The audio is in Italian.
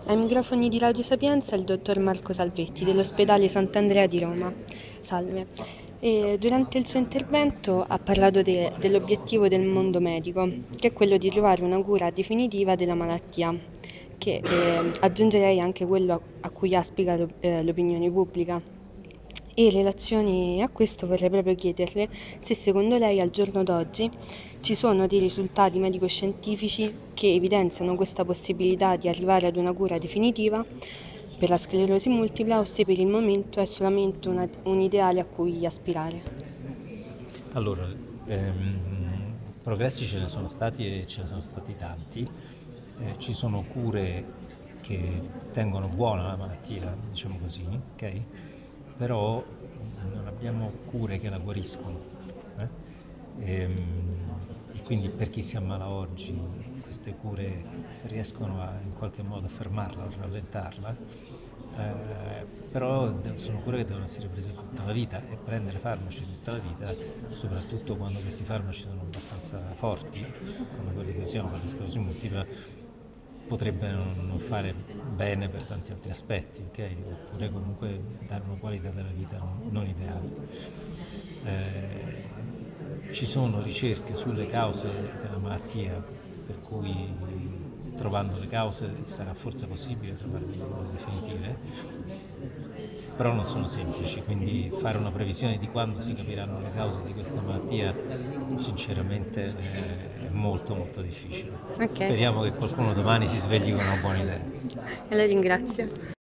Ai microfoni di Radio Sapienza il dottor Marco Salvetti dell'ospedale Sant'Andrea di Roma. Salve. Durante il suo intervento ha parlato dell'obiettivo del mondo medico, che è quello di trovare una cura definitiva della malattia, che aggiungerei anche quello a cui aspira l'opinione pubblica. E in relazione a questo vorrei proprio chiederle se secondo lei al giorno d'oggi ci sono dei risultati medico-scientifici che evidenziano questa possibilità di arrivare ad una cura definitiva per la sclerosi multipla o se per il momento è solamente un ideale a cui aspirare. Allora, progressi ce ne sono stati e ce ne sono stati tanti. Ci sono cure che tengono buona la malattia, diciamo così, ok? Però non abbiamo cure che la guariscono. eh. E quindi per chi si ammala oggi queste cure riescono in qualche modo a fermarla o rallentarla, però sono cure che devono essere prese tutta la vita e prendere farmaci tutta la vita, soprattutto quando questi farmaci sono abbastanza forti, come quelli che usiamo per la sclerosi multipla, potrebbe non fare bene per tanti altri aspetti, ok? Oppure comunque dare una qualità della vita non ideale. Ci sono ricerche sulle cause della malattia, per cui trovando le cause sarà forse possibile trovare delle cure definitive, però non sono semplici, quindi fare una previsione di quando si capiranno le cause di questa malattia sinceramente è molto molto difficile. Ok, Speriamo che qualcuno domani si svegli con una buona idea. e la ringrazio.